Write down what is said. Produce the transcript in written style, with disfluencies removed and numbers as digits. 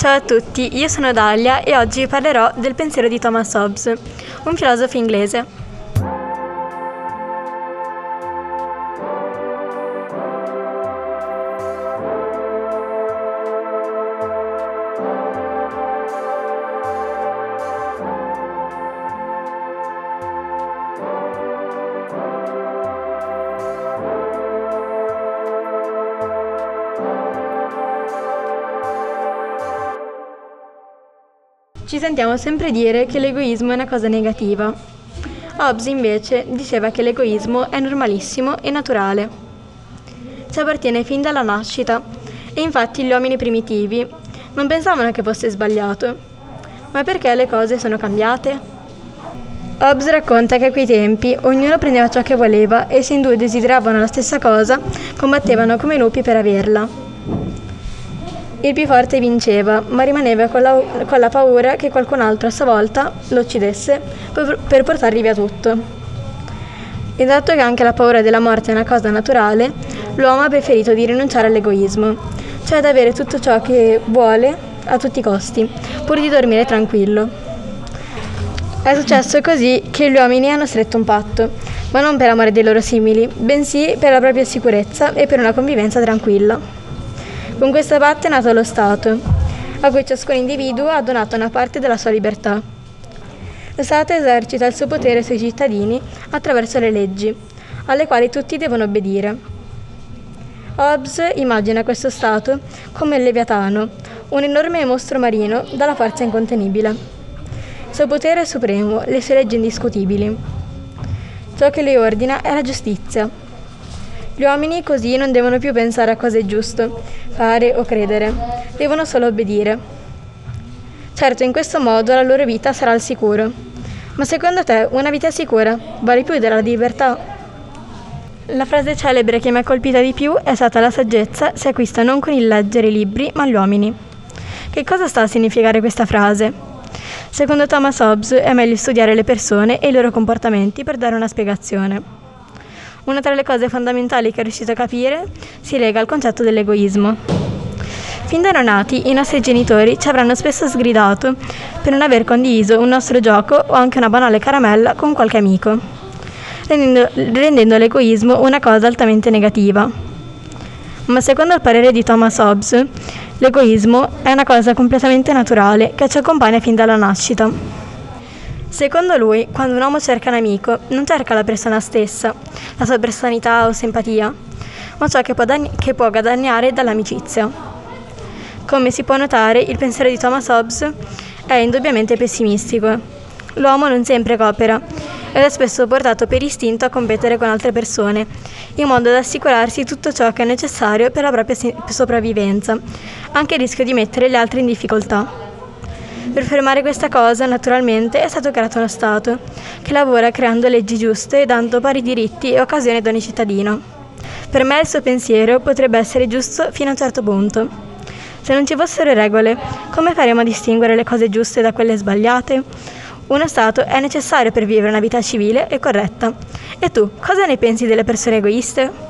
Ciao a tutti, io sono Dalia e oggi vi parlerò del pensiero di Thomas Hobbes, un filosofo inglese. Ci sentiamo sempre dire che l'egoismo è una cosa negativa. Hobbes invece diceva che l'egoismo è normalissimo e naturale. Ci appartiene fin dalla nascita e infatti gli uomini primitivi non pensavano che fosse sbagliato. Ma perché le cose sono cambiate? Hobbes racconta che a quei tempi ognuno prendeva ciò che voleva e se in due desideravano la stessa cosa combattevano come lupi per averla. Il più forte vinceva, ma rimaneva con la paura che qualcun altro a sua volta lo uccidesse per portargli via tutto. E dato che anche la paura della morte è una cosa naturale, l'uomo ha preferito di rinunciare all'egoismo, cioè ad avere tutto ciò che vuole a tutti i costi, pur di dormire tranquillo. È successo così che gli uomini hanno stretto un patto, ma non per amore dei loro simili, bensì per la propria sicurezza e per una convivenza tranquilla. Con questo patto è nato lo Stato, a cui ciascun individuo ha donato una parte della sua libertà. Lo Stato esercita il suo potere sui cittadini attraverso le leggi, alle quali tutti devono obbedire. Hobbes immagina questo Stato come il Leviatano, un enorme mostro marino dalla forza incontenibile. Il suo potere è supremo, le sue leggi indiscutibili. Ciò che lui ordina è la giustizia. Gli uomini così non devono più pensare a cosa è giusto fare o credere, devono solo obbedire. Certo, in questo modo la loro vita sarà al sicuro. Ma secondo te una vita sicura vale più della libertà? La frase celebre che mi ha colpita di più è stata: la saggezza si acquista non con il leggere i libri, ma gli uomini. Che cosa sta a significare questa frase? Secondo Thomas Hobbes è meglio studiare le persone e i loro comportamenti per dare una spiegazione. Una tra le cose fondamentali che è riuscito a capire si lega al concetto dell'egoismo. Fin da neonati i nostri genitori ci avranno spesso sgridato per non aver condiviso un nostro gioco o anche una banale caramella con qualche amico, rendendo l'egoismo una cosa altamente negativa. Ma secondo il parere di Thomas Hobbes, l'egoismo è una cosa completamente naturale che ci accompagna fin dalla nascita. Secondo lui, quando un uomo cerca un amico, non cerca la persona stessa, la sua personalità o simpatia, ma ciò che può guadagnare dall'amicizia. Come si può notare, il pensiero di Thomas Hobbes è indubbiamente pessimistico. L'uomo non sempre coopera ed è spesso portato per istinto a competere con altre persone, in modo da assicurarsi tutto ciò che è necessario per la propria sopravvivenza, anche a rischio di mettere gli altri in difficoltà. Per fermare questa cosa, naturalmente, è stato creato uno Stato, che lavora creando leggi giuste e dando pari diritti e occasioni ad ogni cittadino. Per me il suo pensiero potrebbe essere giusto fino a un certo punto. Se non ci fossero regole, come faremo a distinguere le cose giuste da quelle sbagliate? Uno Stato è necessario per vivere una vita civile e corretta. E tu, cosa ne pensi delle persone egoiste?